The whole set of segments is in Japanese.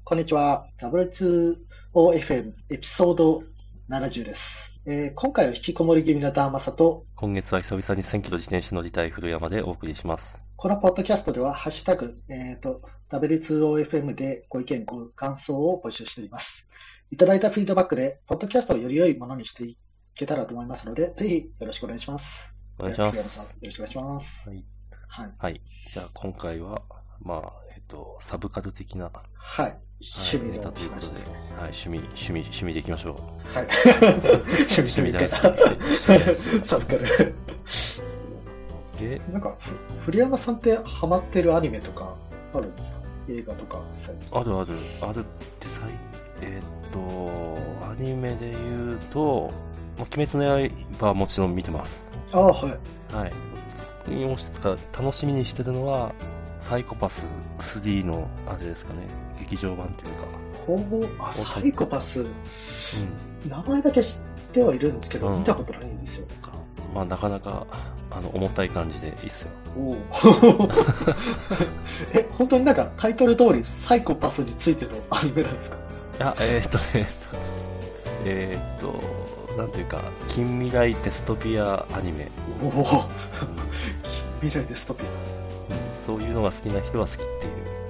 こんにちは。W2OFM エピソード70です。今回は引きこもり気味なダーマサと、 今月は久々に1000キロ自転車乗りたい古山でお送りします。 このポッドキャストでは、ハッシュタグ、W2OFM でご意見、ご感想を募集しています。いただいたフィードバックで、ポッドキャストをより良いものにしていけたらと思いますので、ぜひよろしくお願いします。 お願いします。 よろしくお願いします。 はい。 はい。 はい。じゃあ今回は、サブカル的な、 はい。趣味ネタということで、はい、趣味でいきましょう。 はい。 趣味大好き。 サブカル。なんか、古山さんってハマってるアニメとかあるんですか？映画とか。 あるってアニメで言うと、鬼滅の刃はもちろん見てます。 ああ、はい。 はい。もう一つか楽しみにしてるのは、サイコパス3のあれですかね、劇場版というか。 サイコパス、名前だけ知ってはいるんですけど、見たことないんですよ。 なかなか、重たい感じでいいっすよ。 本当になんかタイトル通りサイコパスについてのアニメなんですか？ いや、なんていうか、近未来デストピアアニメ。 近未来デストピア。 そういうのが好きな人は好きっていう。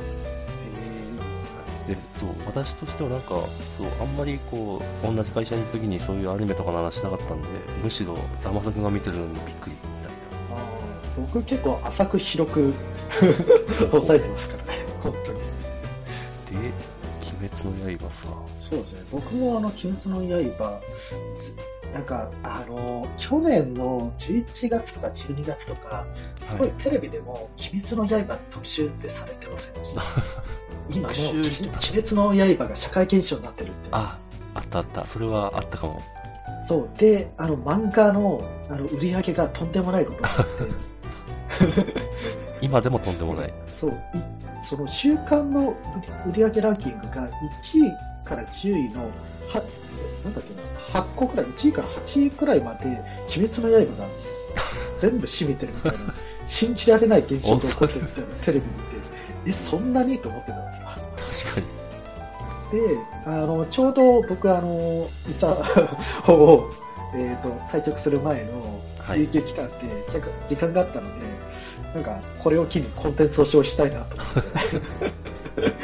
で、そう、私としてはなんか、そう、あんまりこう、同じ会社にいる時にそういうアニメとかの話しなかったんで、むしろ、玉崎が見てるのにびっくり、みたいな。 僕結構浅く広く抑えてますからね、本当に。で、 鬼滅の刃っすか？ そうですね、僕も鬼滅の刃、なんか、去年の11月とか12月とか、すごいテレビでも、鬼滅の刃特集ってされてませんでした？今の鬼滅の刃が社会現象になってるって。 あった。それはあったかも。 そう。で、漫画の、売り上げがとんでもないことになって。 今でもとんでもない。 そう。その週間の売り上げランキングが1位から10位の、なんだっけな、8個くらい、1位から8位くらいまで、鬼滅の刃が全部占めてるみたいな、信じられない現象が起こってるみたいなテレビ見て、そんなにと思ってたんですよ。 確かに。で、ちょうど僕、イサホを、退職する前の有給期間で、時間があったので、なんか、これを機にコンテンツを消費したいなと思って、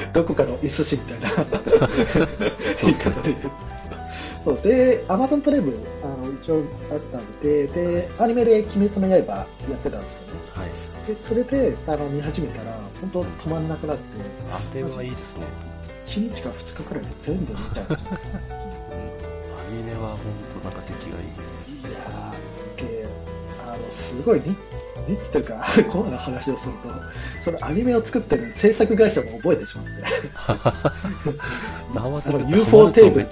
どこかの S 氏みたいな言い方で言う。そう。で、Amazon プライム、一応あったので、で、アニメで鬼滅の刃やってたんですよね。 はい。 で、それで、見始めたら、本当止まんなくなって。 安定はいいですね。 1日か2日くらいで全部見ちゃいました。アニメは本当なんか出来がいい。 いやー、で、すごいニッチというか、コアな話をすると、そのアニメを作ってる制作会社も覚えてしまって。UFO テーブル。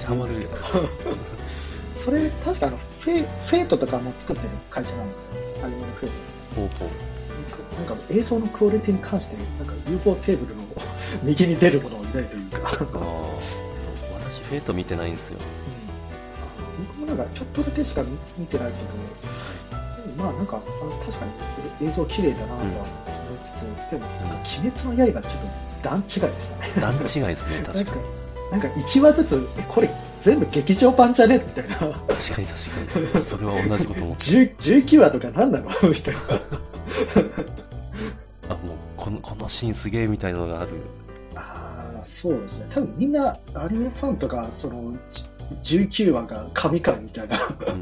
それ、確かフェイトとかも作ってる会社なんですよ。アニメのフェイト。なんか映像のクオリティに関して、なんか UFO テーブルの右に出るものはいないというか。 私フェイト見てないんですよ。 僕もなんかちょっとだけしか見てないけど、なんか確かに映像綺麗だなとは思いつつ、でもなんか鬼滅の刃ちょっと段違いでしたね。 段違いですね、確かに。 なんか1話ずつこれ全部劇場版じゃねみたいな。確かに。それは同じこと思って。 19話とか何なのみたいな。 もうこのシーンすげえみたいなのがある。 そうですね。多分みんなアニメファンとかその19話が神回みたいな。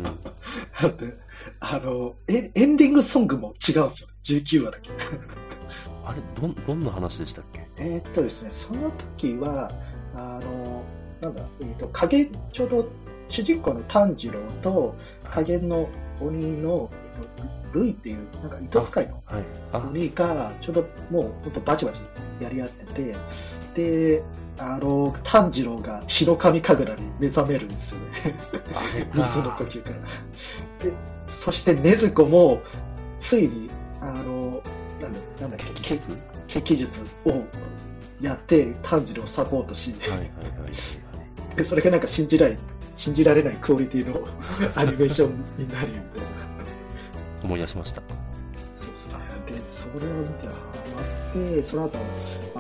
エンディングソングも違うんですよ。19話だけ。 あれどんな話でしたっけ？ ですね。その時はちょうど主人公の炭治郎と加減の鬼のルイっていうなんか糸使いの鬼がちょうどもう本当バチバチやり合ってて、で炭治郎が火の神神楽に目覚めるんですよね。水の呼吸から。で、そして禰豆子もついになんだっけ血術をやって炭治郎をサポートし、でそれがなんか信じられないクオリティのアニメーションになりみたいな。 思い出しました。 そうですね。でそれを見てハマって、その後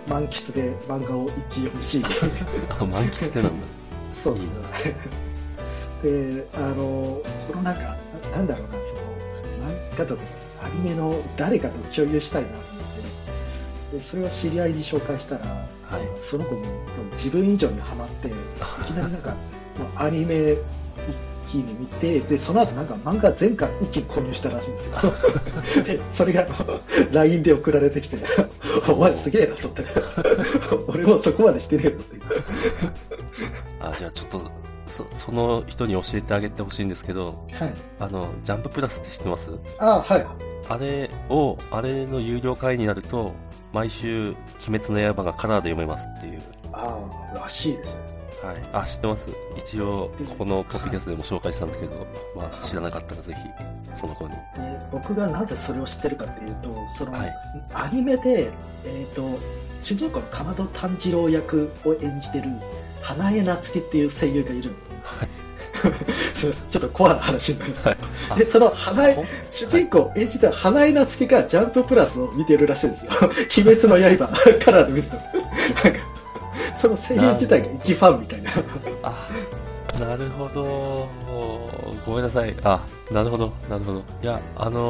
満喫で漫画を一気読みし満喫でなんだ。 そうっすね。で、このなんだろうな、その漫画とかアニメの誰かと共有したいなと思って、でそれを知り合いに紹介したら、はい、その子も自分以上にハマって、いきなりなんかアニメ一気に見て、でその後なんか漫画全巻一気に購入したらしいんですよ。でそれがLINE で送られてきて、お前すげえなと思って、俺もそこまでしてねえよって。 じゃあちょっとその人に教えてあげてほしいんですけど、 はい、 ジャンププラスって知ってます？ はい。 あれの有料会員になると、毎週、鬼滅の刃がカラーで読めますっていう。 らしいですね。 はい。知ってます。一応、ここのポッドキャストでも紹介したんですけど、まあ、知らなかったらぜひ、その子に。 僕がなぜそれを知ってるかっていうと、アニメで、主人公のかまど炭治郎役を演じてる、花江夏樹っていう声優がいるんですよ。はい。すみません、ちょっとコアな話になるんですけど、はい、でその主人公を演じた花江夏樹がジャンププラスを見てるらしいんですよ。鬼滅の刃カラーで見ると、なんかその声優自体が一ファンみたいな。 なるほど。ごめんなさい。なるほど。いや、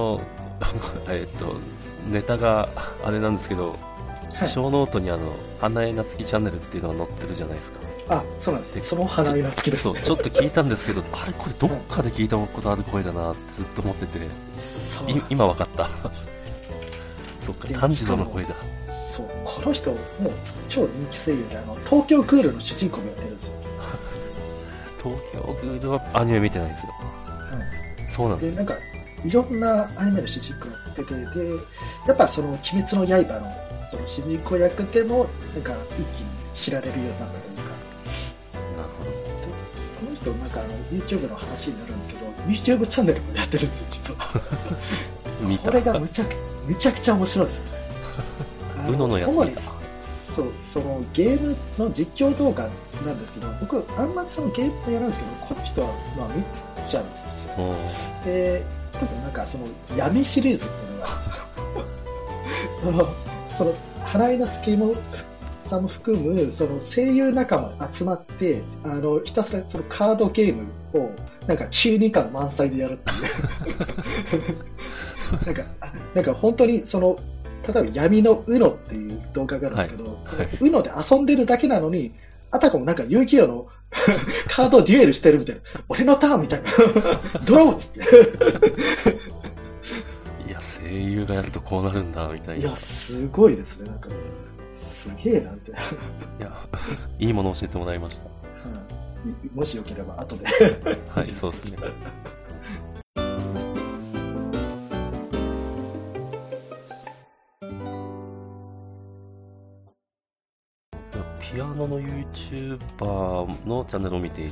ネタがあれなんですけど、はい、小ノートに花江夏樹チャンネルっていうのが載ってるじゃないですか。 そうなんです。その花江夏樹ですね。 そう、ちょっと聞いたんですけど、これどっかで聞いたことある声だなってずっと思ってて、今分かった。そっか、炭治郎の声だ。 そう、この人、もう超人気声優で、東京クールの主人公もやってるんですよ。 東京クールはアニメ見てないんですよ。そうなんですね。 なんか、いろんなアニメの主人公やってて、で、やっぱその、鬼滅の刃の、その主人公役でも、なんか、一気に知られるようになったというか。 なるほど。 この人、なんかYouTube の話になるんですけど、YouTube チャンネルもやってるんですよ、実は。これがむちゃくちゃ面白いですよね。 UNO のやつ見た。 そう、そのゲームの実況動画なんですけど、僕、あんまりそのゲームをやるんですけど、この人はまあ見ちゃうんですよ。で、特になんかその闇シリーズっていうのがあるんですよ。その花江夏樹さんも含むその声優仲間集まってひたすらそのカードゲームをなんか中二感満載でやるっていうなんか本当にその例えば闇の UNO っていう動画があるんですけど、その UNO で遊んでるだけなのに、あたかもなんか遊戯王のカードデュエルしてるみたいな、俺のターンみたいな、ドローっつっていや、声優がやるとこうなるんだみたいな。 いや、すごいですね。なんかすげえなって。いや、いいものを教えてもらいました。 もしよければ後ではい、そうですね。ピアノの YouTuber のチャンネルを見ている。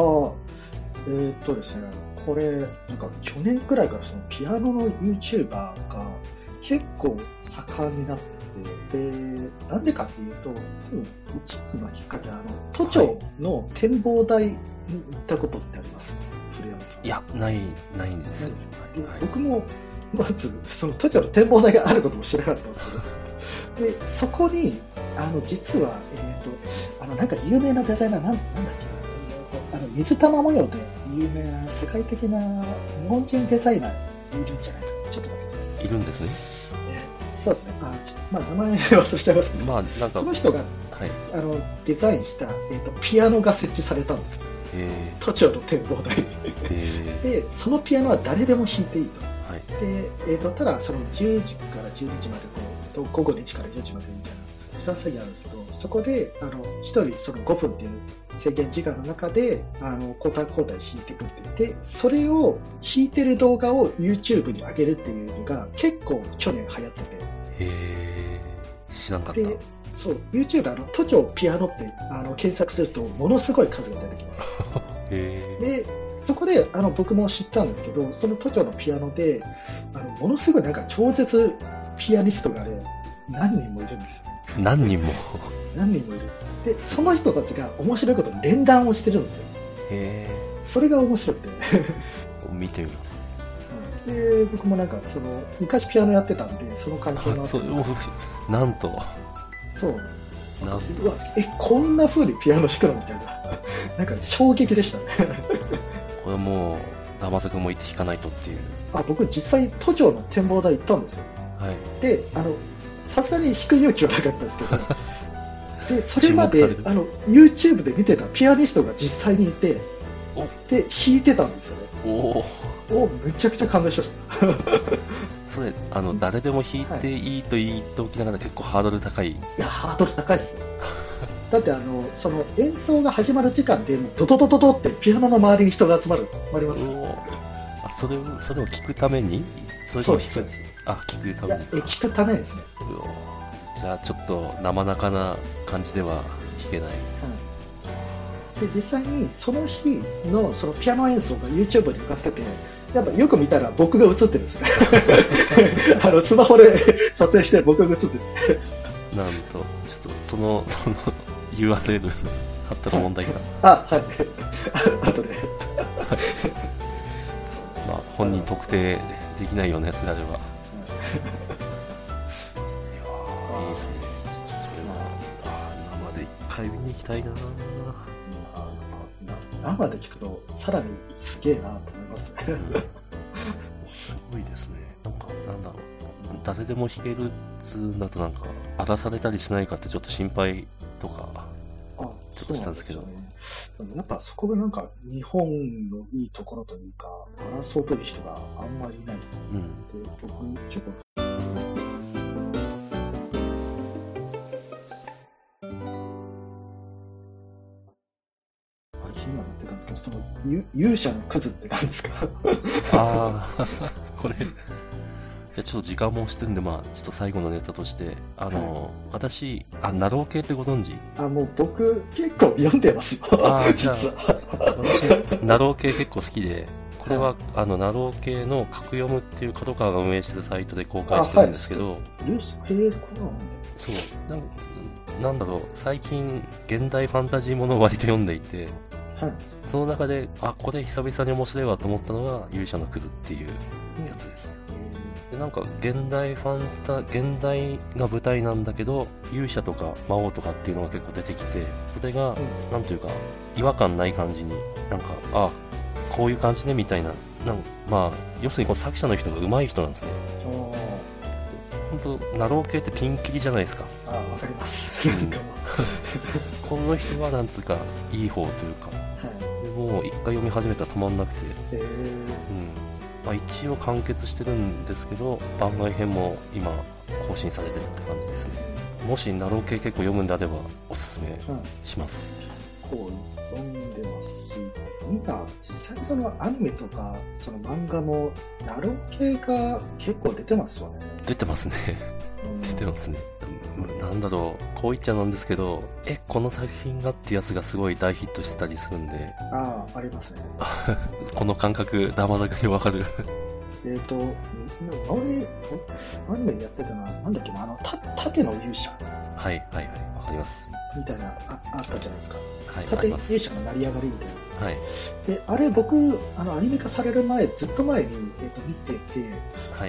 ですね、これなんか去年くらいからそのピアノの YouTuber が結構盛んになってて、でなんでかっていうと、多分一つのきっかけは都庁の展望台に行ったことってあります？フレアンス。 いや、ないんです。 で、僕もまずその都庁の展望台があることも知らなかったんですけど、でそこに実はなんか有名なデザイナーなんだっけな、水玉模様で有名な世界的な日本人デザイナーいるんじゃないですか。ちょっと待ってください。 いるんですね。 そうですね。名前忘れちゃいますね。 なんかその人が、デザインした、ピアノが設置されたんですよ。都庁の展望台に。で、そのピアノは誰でも弾いていいと。で、ただその10時から12時まで午後2時から4時までみたいな時間制限あるんですけど、そこで1人その5分っていう制限時間の中で交代弾いていくって言って、それを弾いてる動画を YouTube に上げるっていうのが結構去年流行ってて。 知らんかった。で、 そう、YouTube 都庁ピアノって検索するとものすごい数が出てきます。で、そこで僕も知ったんですけど、その都庁のピアノでものすごいなんか超絶ピアニストがね、何人もいるんですよ。 何人もいる。で、その人たちが面白いことに連弾をしてるんですよ。それが面白くて見てみます。 で、僕もなんか昔ピアノやってたんで、その関係のなんとそうなんですよ。うわ、こんな風にピアノ弾くのみたいな。なんか衝撃でしたね。 これもう、玉瀬くんも行って弾かないとっていう。 僕実際都庁の展望台行ったんですよ。 はい。 で、さすがに弾く勇気はなかったんですけど、で、それまで、YouTube で見てたピアニストが実際にいて、で、弾いてたんですよね。むちゃくちゃ感動しました。 それ、誰でも弾いていいと言っておきながら結構ハードル高い。 いや、ハードル高いですよ。だってその演奏が始まる時間でもうドドドドドってピアノの周りに人が集まります。 それを聞くためにそうです。 聞くために聞くためですね。 じゃあちょっと生々な感じでは弾けない。 で、実際にその日のそのピアノ演奏が YouTube に上がってて、やっぱよく見たら僕が映ってるんですね。スマホで撮影して僕が映ってる。 なんと、ちょっとその URL 貼ったら問題か。 はい。後で。 まあ、本人特定できないようなやつであれば。いいですね。ちょっとそれは、生で一回見に行きたいな。 生で聞くとさらにすげえなと思いますね。 すごいですね。なんだろう。誰でも弾けるっつうんだと荒らされたりしないかってちょっと心配とか、ちょっとしたんですけど。 でもやっぱそこが日本のいいところというか、争うという人があんまりいないですよね。で、僕、ちょっと、気にはなってたんですけど、その勇者のクズって何ですか？ これ。ちょっと時間もしてるんで、ちょっと最後のネタとして、私、ナロー系ってご存知？ もう僕、結構読んでますよ。 じゃあ、私、ナロー系結構好きで、これは、ナロー系の格読むっていう角川が運営してるサイトで公開してるんですけど、そう、なんだろう、最近、現代ファンタジーものを割と読んでいて、その中で、これ久々に面白いわと思ったのが、勇者のクズっていうやつです。で現代が舞台なんだけど、勇者とか魔王とかっていうのが結構出てきて、それが、なんというか、違和感ない感じに、こういう感じねみたいな、要するにこの作者の人が上手い人なんですね。本当ナロー系ってピンキリじゃないですか。 わかります。 この人はなんつうか、いい方というか、でもう一回読み始めたら止まんなくて、一応完結してるんですけど、番外編も今更新されてるって感じですね。もしナロー系結構読むんであればおすすめします。 こう読んでますし、今実際そのアニメとかその漫画もナロー系が結構出てますよね。 出てますね。出てますね。なんだろう、こう言っちゃなんですけど、この作品がってやつがすごい大ヒットしてたりするんで。 ありますね。 この感覚、ダマザクにわかる。 前、アニメやってたのは、なんだっけな、盾の勇者。 はい、わかります。 みたいな、あったじゃないですか。 はい、 盾勇者の成り上がりみたいな。 はい。 で、あれ僕、アニメ化される前、ずっと前に、見てて、 はい。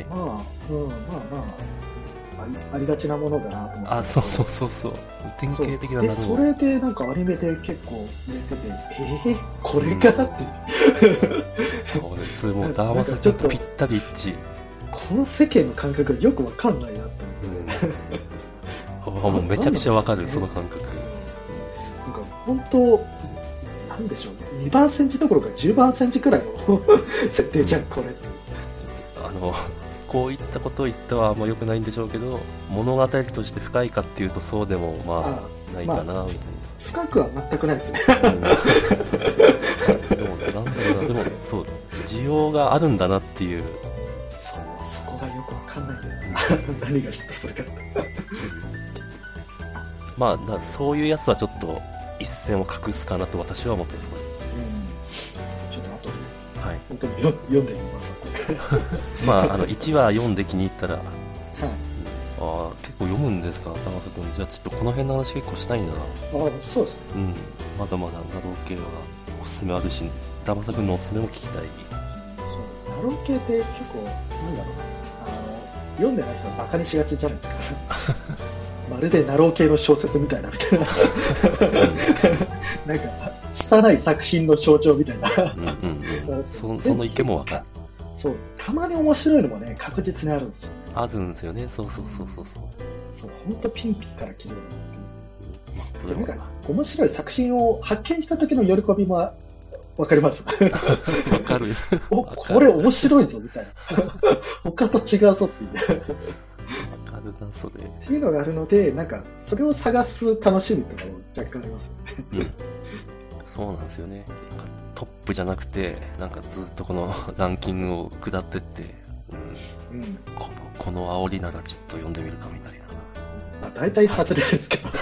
ありがちなものだなと思って。 そう。典型的な。 それでアニメで結構売れてて、これかって。 それもうダーマスちょっとぴったり一致。 この世間の感覚がよくわかんないなって思って。 もうめちゃくちゃわかる、その感覚。 本当、なんでしょうね。2番センチどころか10番センチくらいの設定じゃん、これって。 こういったことを言ってはあんま良くないんでしょうけど、物語として深いかっていうとそうでもないかなみたいな。 深くは全くないですね。 でもでもそう需要があるんだなっていう。 そこがよくわかんないんだよな。何が嫉妬するか。 そういうやつはちょっと一線を画すかなと私は思ってます。 ちょっと後で、 はい、 本当に読んでみます。 1話読んで気に入ったら、結構読むんですか、玉瀬君。じゃあちょっとこの辺の話結構したいんだな。 そうですね。 まだまだナロー系はおすすめあるし、玉瀬君のおすすめも聞きたい。 ナロー系って結構、なんだろうな、読んでない人はバカにしがちじゃないですか。 まるでナロー系の小説みたいな、なんか、拙い作品の象徴みたいな。 その意見もわかる。 そう、たまに面白いのもね、確実にあるんですよ。 あるんですよね、そう。そう、 ほんとピンから切るような。で、なんか、面白い作品を発見した時の喜びもわかります。 わかる。 これ面白いぞ、みたいな。他と違うぞっていう。 わかるな、それ。 っていうのがあるので、なんか、それを探す楽しみとかも若干ありますよね。 そうなんですよね。トップじゃなくて、なんかずっとこのランキングを下ってって、この煽りならちょっと読んでみるかみたいな。 まあ、大体外れですけど。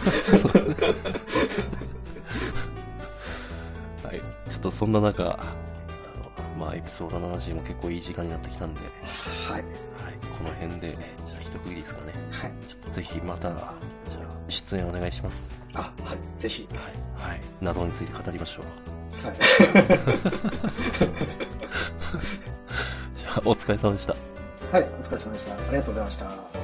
はい。ちょっとそんな中、まあ、エピソード70も結構いい時間になってきたんで、 はい。 この辺で、じゃあ一区切りですかね。 はい。 ちょっとぜひまた、じゃあ、出演お願いします。 はい。ぜひ。 はい。などについて語りましょう。 はい。 じゃあ、お疲れ様でした。 はい、お疲れ様でした。ありがとうございました。